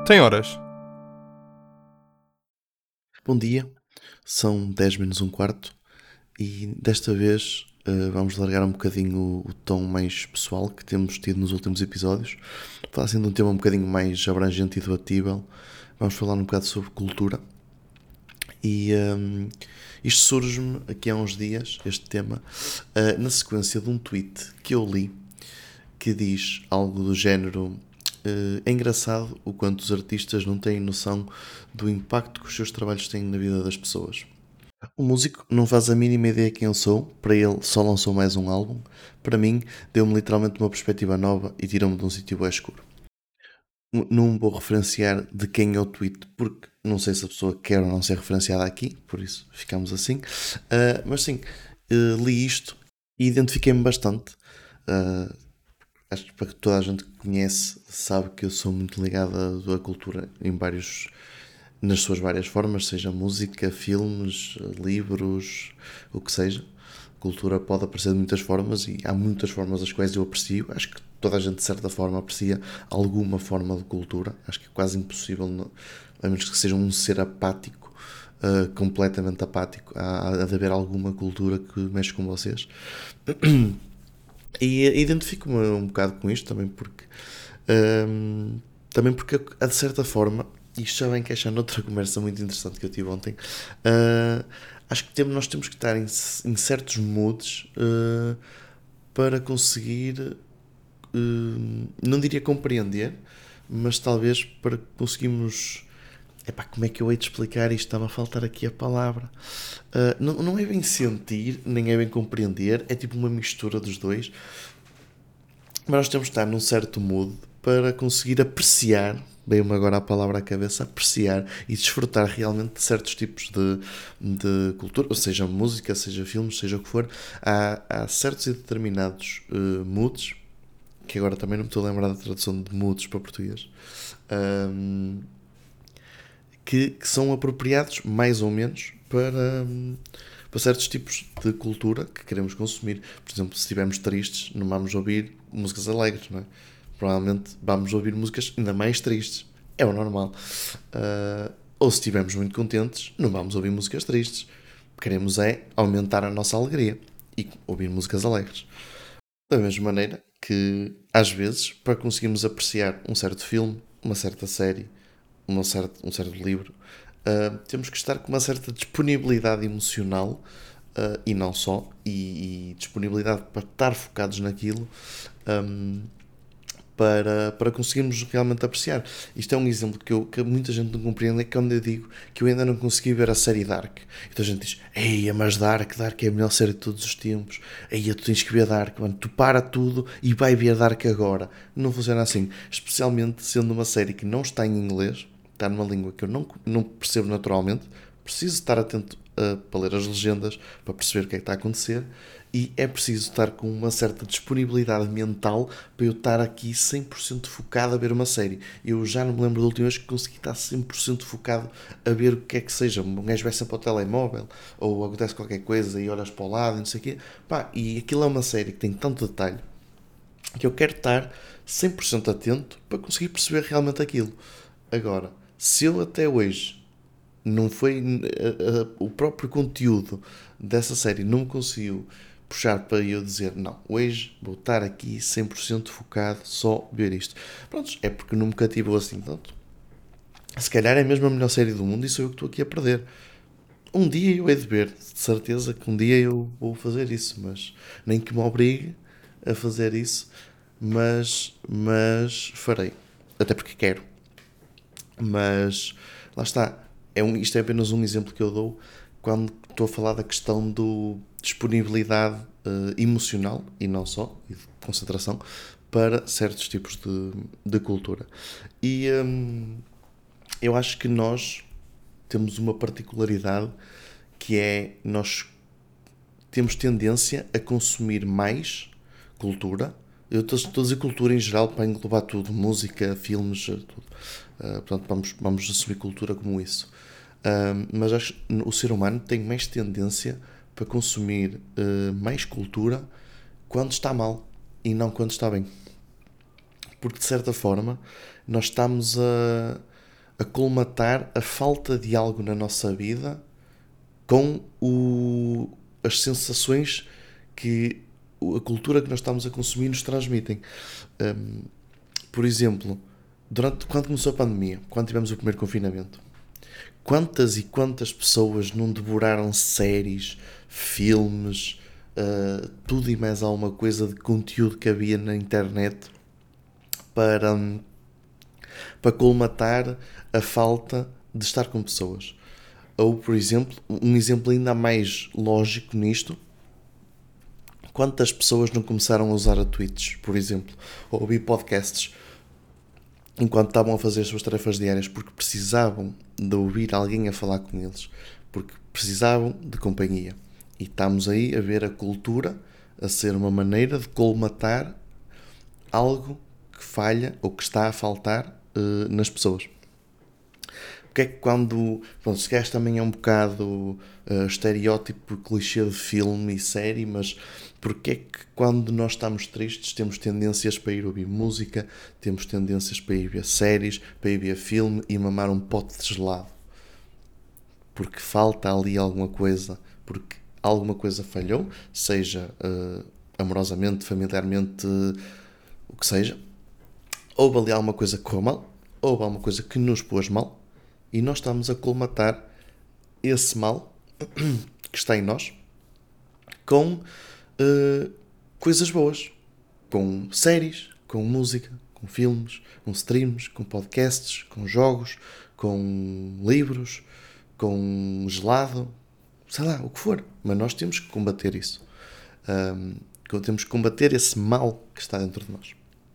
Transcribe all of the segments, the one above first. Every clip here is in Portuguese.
Tem horas. Bom dia, são 10 menos um quarto e desta vez vamos largar um bocadinho o tom mais pessoal que temos tido nos últimos episódios. Falar assim de um tema um bocadinho mais abrangente e debatível. Vamos falar um bocado sobre cultura. E isto surge-me aqui há uns dias, este tema, na sequência de um tweet que eu li que diz algo do género: é engraçado o quanto os artistas não têm noção do impacto que os seus trabalhos têm na vida das pessoas. O músico não faz a mínima ideia quem eu sou, para ele só lançou mais um álbum. Para mim, deu-me literalmente uma perspectiva nova e tirou-me de um sítio bem escuro. Não vou referenciar de quem é o tweet, porque não sei se a pessoa quer ou não ser referenciada aqui, por isso ficamos assim. Mas sim, li isto e identifiquei-me bastante. Uh, Acho que para que toda a gente que conhece sabe que eu sou muito ligado à cultura nas suas várias formas, seja música, filmes, livros, o que seja. Cultura pode aparecer de muitas formas e há muitas formas as quais eu aprecio. Acho que toda a gente de certa forma aprecia alguma forma de cultura. Acho que é quase impossível, a menos que seja um ser apático, completamente apático, há de haver alguma cultura que mexe com vocês. E identifico-me um bocado com isto também porque de certa forma, isto já vai encaixar noutra conversa muito interessante que eu tive ontem. Acho que nós temos que estar em certos moods para conseguir, não diria compreender, mas talvez para conseguirmos. Epá, como é que eu hei de explicar isto? Está-me a faltar aqui a palavra. Não é bem sentir, nem é bem compreender, é tipo uma mistura dos dois. Mas nós temos de estar num certo mood para conseguir apreciar, veio-me agora a palavra à cabeça, apreciar e desfrutar realmente de certos tipos de cultura, ou seja música, seja filmes, seja o que for. Há certos e determinados moods, que agora também não me estou a lembrar da tradução de moods para português, que são apropriados, mais ou menos, para certos tipos de cultura que queremos consumir. Por exemplo, se estivermos tristes, não vamos ouvir músicas alegres, não é? Provavelmente vamos ouvir músicas ainda mais tristes. É o normal. Ou se estivermos muito contentes, não vamos ouvir músicas tristes. Queremos é aumentar a nossa alegria e ouvir músicas alegres. Da mesma maneira que, às vezes, para conseguirmos apreciar um certo filme, uma certa série, um certo livro, temos que estar com uma certa disponibilidade emocional, e não só, e disponibilidade para estar focados naquilo, para conseguirmos realmente apreciar. Isto é um exemplo que muita gente não compreende, é quando eu digo que eu ainda não consegui ver a série Dark. Então a gente diz: Ei, mas Dark é a melhor série de todos os tempos. Ei, tu tens que ver Dark, mano. Tu para tudo e vai ver Dark agora. Não funciona assim. Especialmente sendo uma série que não está em inglês, está numa língua que eu não percebo naturalmente. Preciso estar atento para ler as legendas, para perceber o que é que está a acontecer, e é preciso estar com uma certa disponibilidade mental para eu estar aqui 100% focado a ver uma série. Eu já não me lembro da última vez que consegui estar 100% focado a ver o que é que seja. Um gajo vai sempre ao telemóvel, ou acontece qualquer coisa e olhas para o lado e não sei o quê. Pá, e aquilo é uma série que tem tanto detalhe que eu quero estar 100% atento para conseguir perceber realmente aquilo. Agora, se eu até hoje não foi o próprio conteúdo dessa série não me conseguiu puxar para eu dizer: não, hoje vou estar aqui 100% focado só ver isto. Prontos, é porque não me cativou assim tanto. Se calhar é mesmo a melhor série do mundo e sou eu que estou aqui a perder. Um dia eu hei de ver, de certeza que um dia eu vou fazer isso, mas nem que me obrigue a fazer isso, mas farei. Até porque quero. Mas lá está. Isto é apenas um exemplo que eu dou quando estou a falar da questão do disponibilidade emocional e não só, e de concentração, para certos tipos de cultura. E eu acho que nós temos uma particularidade que é nós temos tendência a consumir mais cultura. Eu estou a dizer cultura em geral para englobar tudo, música, filmes, tudo. Portanto, vamos assumir cultura como isso. Mas acho que o ser humano tem mais tendência para consumir mais cultura quando está mal e não quando está bem. Porque de certa forma nós estamos a colmatar a falta de algo na nossa vida com as sensações que a cultura que nós estamos a consumir nos transmitem. Por exemplo, quando começou a pandemia, quando tivemos o primeiro confinamento, quantas e quantas pessoas não devoraram séries, filmes, tudo e mais alguma coisa de conteúdo que havia na internet para, para colmatar a falta de estar com pessoas. Ou, por exemplo, um exemplo ainda mais lógico nisto, quantas pessoas não começaram a usar a Twitch, por exemplo, ou ouvir podcasts enquanto estavam a fazer as suas tarefas diárias, porque precisavam de ouvir alguém a falar com eles, porque precisavam de companhia. E estamos aí a ver a cultura a ser uma maneira de colmatar algo que falha ou que está a faltar nas pessoas. Porque é que quando... Pronto, se calhar também é um bocado estereótipo, clichê de filme e série, mas porque é que quando nós estamos tristes temos tendências para ir ouvir música, temos tendências para ir ver séries, para ir ver filme e mamar um pote de gelado? Porque falta ali alguma coisa, porque alguma coisa falhou, seja amorosamente, familiarmente, o que seja. Houve ali alguma coisa que correu mal, houve alguma coisa que nos pôs mal, e nós estamos a colmatar esse mal que está em nós com coisas boas, com séries, com música, com filmes, com streams, com podcasts, com jogos, com livros, com gelado, sei lá, o que for. Mas nós temos que combater isso. Temos que combater esse mal que está dentro de nós.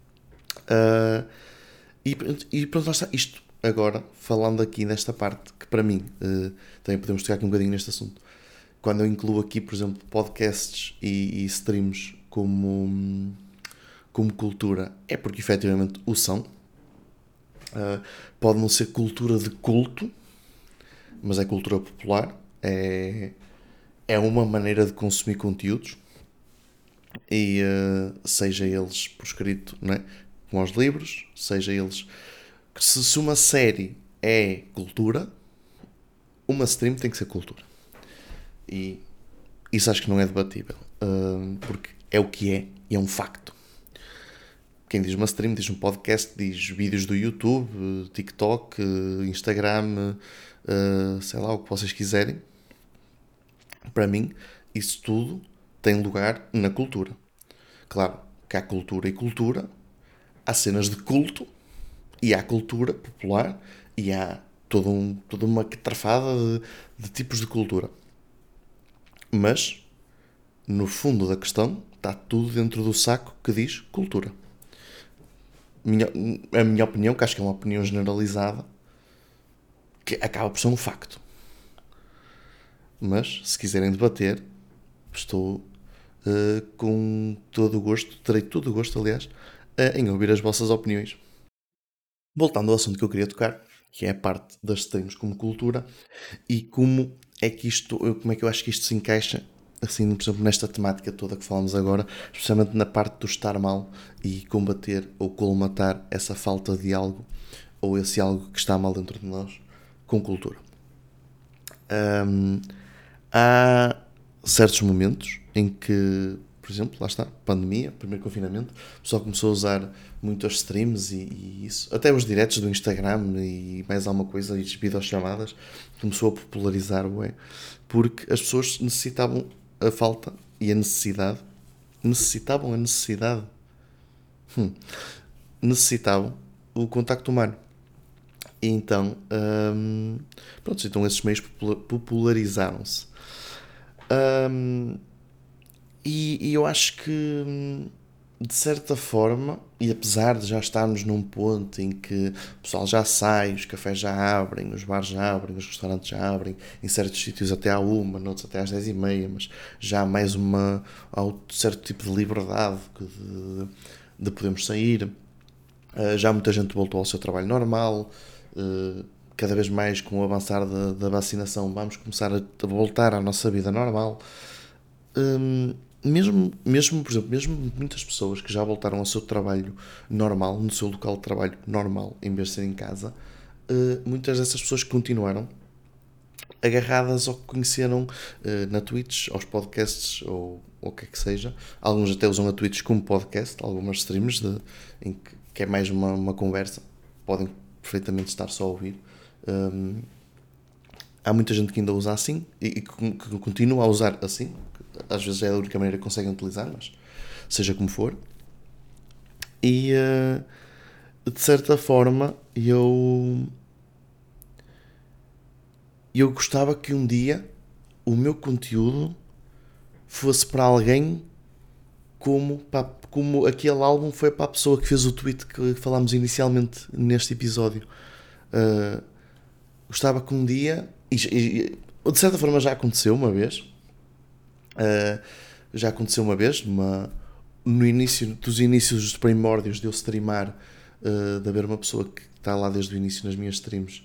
E pronto, lá está. Isto agora, falando aqui nesta parte, que para mim, também podemos tocar aqui um bocadinho neste assunto. Quando eu incluo aqui, por exemplo, podcasts e streams como cultura, é porque efetivamente o são. Pode não ser cultura de culto, mas é cultura popular. É uma maneira de consumir conteúdos. E seja eles por escrito, não é? Como aos livros, seja eles... Se uma série é cultura, uma stream tem que ser cultura. E isso acho que não é debatível. Porque é o que é e é um facto. Quem diz uma stream diz um podcast, diz vídeos do YouTube, TikTok, Instagram, sei lá, o que vocês quiserem. Para mim, isso tudo tem lugar na cultura. Claro que há cultura e cultura, há cenas de culto e há cultura popular e há toda uma catrafada de tipos de cultura. Mas, no fundo da questão, está tudo dentro do saco que diz cultura. A minha opinião, que acho que é uma opinião generalizada, que acaba por ser um facto. Mas, se quiserem debater, estou com todo o gosto, terei todo o gosto, aliás, em ouvir as vossas opiniões. Voltando ao assunto que eu queria tocar, que é a parte das streams como cultura, e como é que eu acho que isto se encaixa, assim, por exemplo, nesta temática toda que falamos agora, especialmente na parte do estar mal e combater ou colmatar essa falta de algo, ou esse algo que está mal dentro de nós, com cultura. Há certos momentos em que, por exemplo, lá está, pandemia, primeiro confinamento, o pessoal começou a usar muito as streams e isso, até os directs do Instagram e mais alguma coisa, e as videochamadas, começou a popularizar, porque as pessoas necessitavam a falta e a necessidade, necessitavam o contacto humano. E então, pronto, então esses meios popularizaram-se. E eu acho que, de certa forma, e apesar de já estarmos num ponto em que o pessoal já sai, os cafés já abrem, os bares já abrem, os restaurantes já abrem, em certos sítios até à 1, noutros até às 10h30, mas já há mais há um certo tipo de liberdade de podermos sair. Já muita gente voltou ao seu trabalho normal. Cada vez mais com o avançar da vacinação vamos começar a voltar à nossa vida normal. Mesmo, por exemplo, mesmo muitas pessoas que já voltaram ao seu trabalho normal, no seu local de trabalho normal, em vez de ser em casa, muitas dessas pessoas continuaram agarradas ao que conheceram na Twitch, aos podcasts ou o que é que seja. Alguns até usam a Twitch como podcast, algumas streams que é mais uma conversa, podem perfeitamente estar só a ouvir. Há muita gente que ainda usa assim e que continua a usar assim. Às vezes é a única maneira que conseguem utilizar, mas seja como for. E de certa forma eu gostava que um dia o meu conteúdo fosse para alguém como aquele álbum foi para a pessoa que fez o tweet que falámos inicialmente neste episódio. Gostava que um dia, e de certa forma já aconteceu uma vez, no início dos inícios dos primórdios de eu streamar, de haver uma pessoa que está lá desde o início nas minhas streams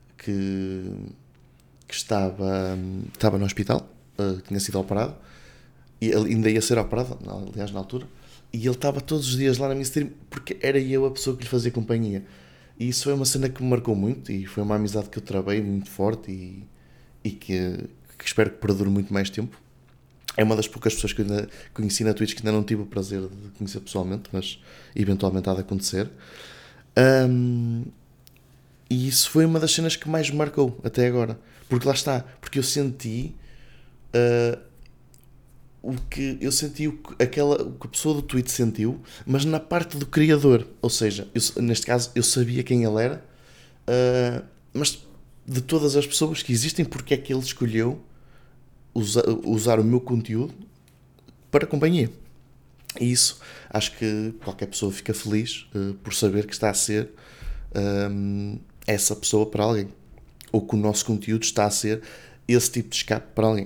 que estava no hospital, tinha sido operado, e ele ainda ia ser operado, aliás, na altura, e ele estava todos os dias lá na minha stream porque era eu a pessoa que lhe fazia companhia. E isso foi uma cena que me marcou muito e foi uma amizade que eu travei muito forte e que espero que perdure muito mais tempo. É uma das poucas pessoas que eu ainda conheci na Twitch que ainda não tive o prazer de conhecer pessoalmente, mas eventualmente há de acontecer. E isso foi uma das cenas que mais me marcou até agora. Porque lá está, porque eu senti o que a pessoa do tweet sentiu, mas na parte do criador. Ou seja, neste caso eu sabia quem ele era, mas de todas as pessoas que existem, porque é que ele escolheu usar o meu conteúdo para companhia. E isso, acho que qualquer pessoa fica feliz por saber que está a ser essa pessoa para alguém. Ou que o nosso conteúdo está a ser esse tipo de escape para alguém.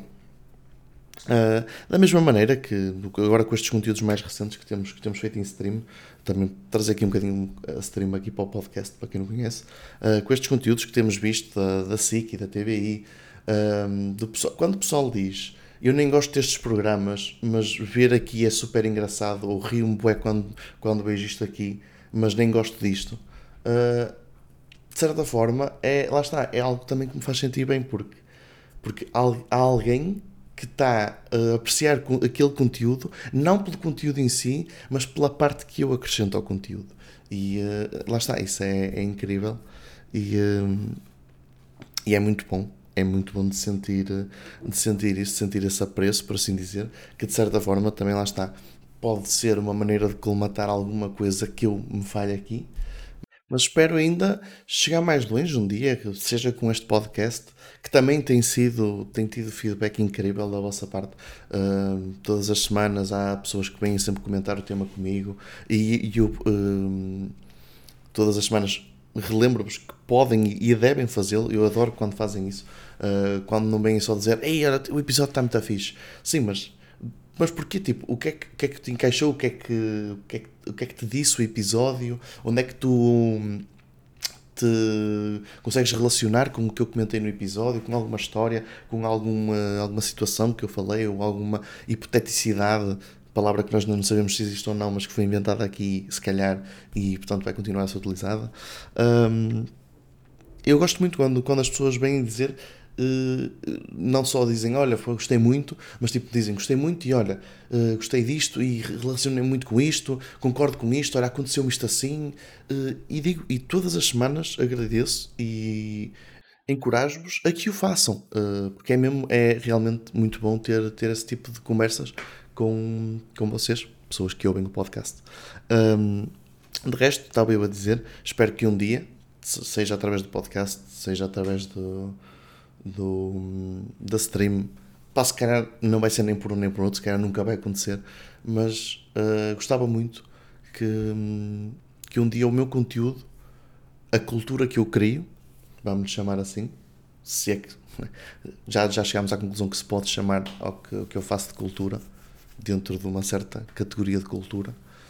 Da mesma maneira que agora com estes conteúdos mais recentes que temos feito em stream, também trazer aqui um bocadinho a stream aqui para o podcast, para quem não conhece, com estes conteúdos que temos visto da SIC e da TVI, quando o pessoal diz eu nem gosto destes programas, mas ver aqui é super engraçado, ou rio-me bué quando vejo isto aqui, mas nem gosto disto, de certa forma, lá está, é algo também que me faz sentir bem, porque há alguém que está a apreciar aquele conteúdo, não pelo conteúdo em si, mas pela parte que eu acrescento ao conteúdo. E lá está, isso é incrível e é muito bom. É muito bom de sentir isso, de sentir esse apreço, por assim dizer, que de certa forma também lá está. Pode ser uma maneira de colmatar alguma coisa que eu me falhe aqui, mas espero ainda chegar mais longe um dia, seja com este podcast, que também tem tido feedback incrível da vossa parte. Todas as semanas há pessoas que vêm sempre comentar o tema comigo e eu todas as semanas relembro-vos que podem e devem fazê-lo. Eu adoro quando fazem isso. Quando não vêm só dizer ei, o episódio está muito fixe. Sim, mas porquê? Tipo, o que é que te encaixou? O que é que te disse o episódio? Onde é que tu te consegues relacionar com o que eu comentei no episódio, com alguma história, com alguma situação que eu falei, ou alguma hipoteticidade, palavra que nós não sabemos se existe ou não, mas que foi inventada aqui, se calhar, e portanto vai continuar a ser utilizada. Eu gosto muito quando as pessoas vêm dizer, não só dizem, olha, gostei muito, mas tipo dizem, gostei muito e olha, gostei disto e relacionei muito com isto, concordo com isto, olha, aconteceu-me isto assim, e todas as semanas agradeço e encorajo-vos a que o façam, porque é realmente muito bom ter esse tipo de conversas com vocês, pessoas que ouvem o podcast. De resto, estava eu a dizer, espero que um dia, seja através do podcast, seja através da stream, se calhar não vai ser nem por um nem por outro, se calhar nunca vai acontecer, mas gostava muito que um dia o meu conteúdo, a cultura que eu crio, vamos chamar assim, se é que já chegámos à conclusão que se pode chamar ao que eu faço de cultura, dentro de uma certa categoria de cultura,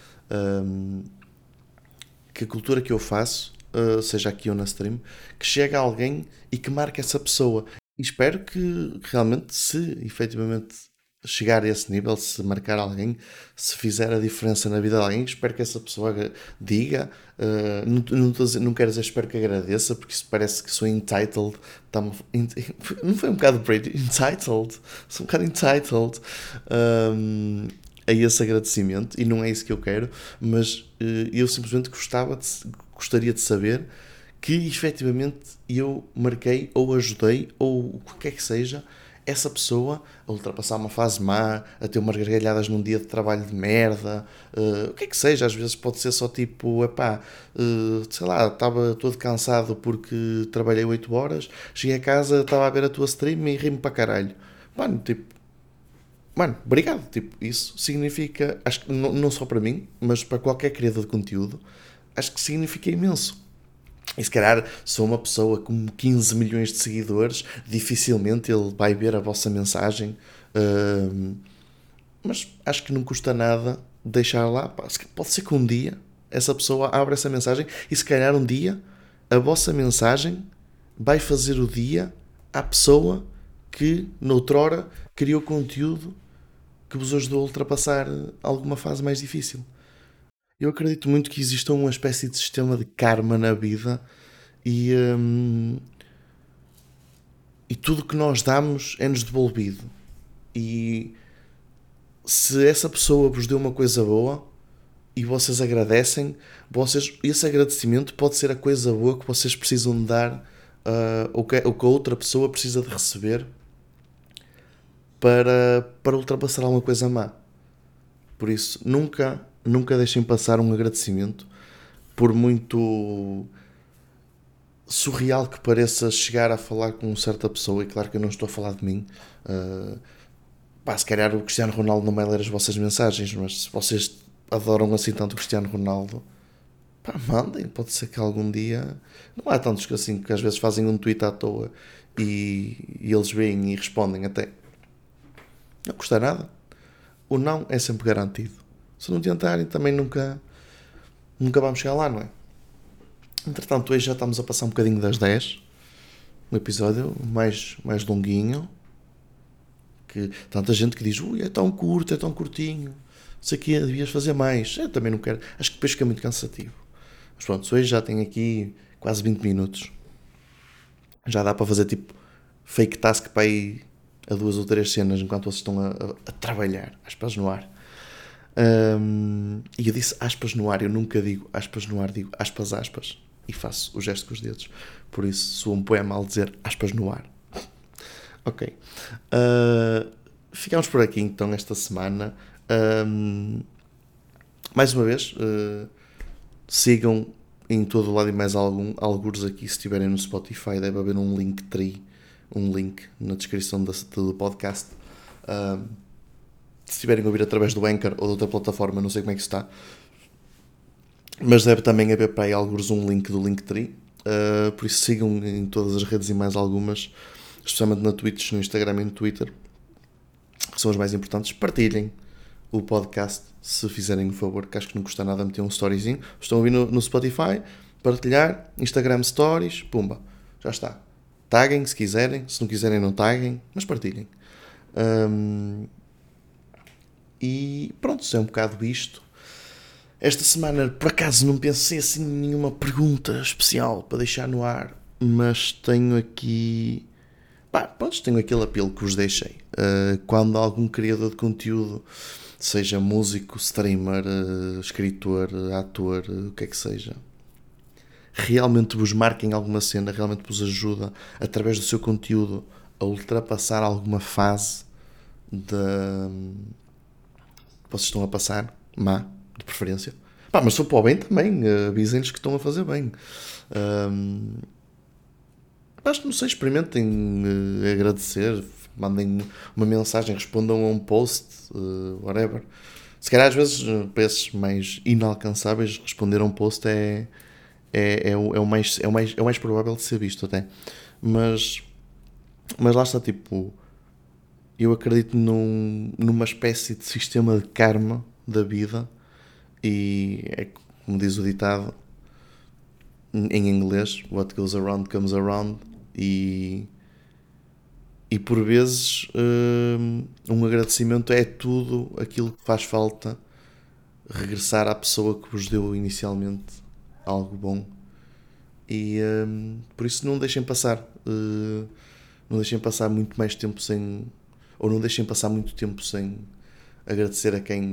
que a cultura que eu faço, seja aqui ou na stream, que chegue a alguém e que marque essa pessoa. E espero que realmente, se efetivamente chegar a esse nível, se marcar alguém, se fizer a diferença na vida de alguém, espero que essa pessoa diga. Não quero dizer espero que agradeça, porque isso parece que sou entitled. Não foi um bocado Brady? Entitled? Sou um bocado entitled a esse agradecimento, e não é isso que eu quero, mas eu simplesmente gostaria de saber que efetivamente eu marquei ou ajudei ou o que quer que seja essa pessoa a ultrapassar uma fase má, a ter umas gargalhadas num dia de trabalho de merda, o que é que seja. Às vezes pode ser só tipo, epá, sei lá, estava todo cansado porque trabalhei 8 horas, cheguei a casa, estava a ver a tua stream e ri-me para caralho. Mano, tipo, mano, obrigado. Tipo, isso significa, acho que não só para mim, mas para qualquer criador de conteúdo, acho que significa imenso. E se calhar sou uma pessoa com 15 milhões de seguidores, dificilmente ele vai ver a vossa mensagem, mas acho que não custa nada deixar lá. Pode ser que um dia essa pessoa abra essa mensagem e se calhar um dia a vossa mensagem vai fazer o dia à pessoa que noutrora criou conteúdo que vos ajudou a ultrapassar alguma fase mais difícil. Eu acredito muito que exista uma espécie de sistema de karma na vida e, hum, e tudo que nós damos é-nos devolvido. E se essa pessoa vos deu uma coisa boa e vocês agradecem, esse agradecimento pode ser a coisa boa que vocês precisam de dar, ou que a outra pessoa precisa de receber para ultrapassar alguma coisa má. Por isso, nunca deixem passar um agradecimento, por muito surreal que pareça chegar a falar com certa pessoa. E claro que eu não estou a falar de mim. Se calhar o Cristiano Ronaldo não vai ler as vossas mensagens, mas se vocês adoram assim tanto o Cristiano Ronaldo, pá, mandem. Pode ser que algum dia. Não há tantos que assim que às vezes fazem um tweet à toa e eles veem e respondem até. Não custa nada. O não é sempre garantido. Se não tentarem, também nunca vamos chegar lá, não é? Entretanto, hoje já estamos a passar um bocadinho das 10. Um episódio mais longuinho. Que tanta gente que diz, ui, é tão curto, é tão curtinho. Sei que devias fazer mais. Eu também não quero. Acho que depois fica muito cansativo. Mas pronto, hoje já tenho aqui quase 20 minutos. Já dá para fazer tipo fake task para ir a 2 ou 3 cenas enquanto vocês estão a trabalhar. Aspas no ar. E eu disse aspas no ar, eu nunca digo aspas no ar, digo aspas aspas. E faço o gesto com os dedos. Por isso soa um poema ao dizer aspas no ar. Ok. Ficamos por aqui então esta semana. Mais uma vez, sigam em todo o lado e mais alguns aqui. Se estiverem no Spotify, deve haver um Linktree, um link na descrição do podcast. Se estiverem a ouvir através do Anchor ou de outra plataforma, não sei como é que está, mas deve também haver para aí alguns um link do Linktree. Por isso sigam em todas as redes e mais algumas, especialmente na Twitch, no Instagram e no Twitter, que são as mais importantes. Partilhem o podcast se fizerem o favor, que acho que não custa nada meter um storyzinho. Estão a ouvir no Spotify, partilhar, Instagram Stories, pumba, já está. Taguem se quiserem, se não quiserem não taguem, mas partilhem. E pronto, é um bocado isto. Esta semana, por acaso, não pensei assim em nenhuma pergunta especial para deixar no ar, mas tenho aqui... tenho aquele apelo que vos deixei. Quando algum criador de conteúdo, seja músico, streamer, escritor, ator, o que é que seja, realmente vos marquem alguma cena, realmente vos ajuda, através do seu conteúdo, a ultrapassar alguma fase que vocês estão a passar, má, de preferência. Mas se for para o bem também, avisem-lhes que estão a fazer bem. Não sei, experimentem agradecer, mandem uma mensagem, respondam a um post, whatever. Se calhar às vezes, para esses mais inalcançáveis, responder a um post é o mais provável de ser visto até. Mas lá está, tipo, eu acredito numa espécie de sistema de karma da vida, e é como diz o ditado em inglês, what goes around comes around, e E por vezes um agradecimento é tudo aquilo que faz falta regressar à pessoa que vos deu inicialmente algo bom. E por isso não deixem passar. Não deixem passar muito mais tempo sem. Ou não deixem passar muito tempo sem agradecer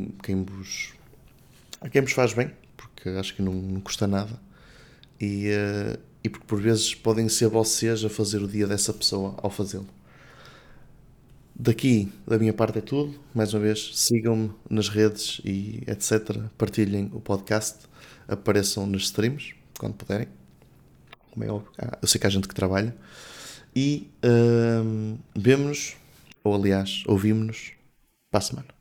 a quem vos faz bem, porque acho que não custa nada. E porque por vezes podem ser vocês a fazer o dia dessa pessoa ao fazê-lo. Daqui, da minha parte, é tudo. Mais uma vez, sigam-me nas redes e etc. Partilhem o podcast. Apareçam nas streams, quando puderem. Como é óbvio. Eu sei que há gente que trabalha. E vemo-nos, ou aliás, ouvimos-nos para a semana.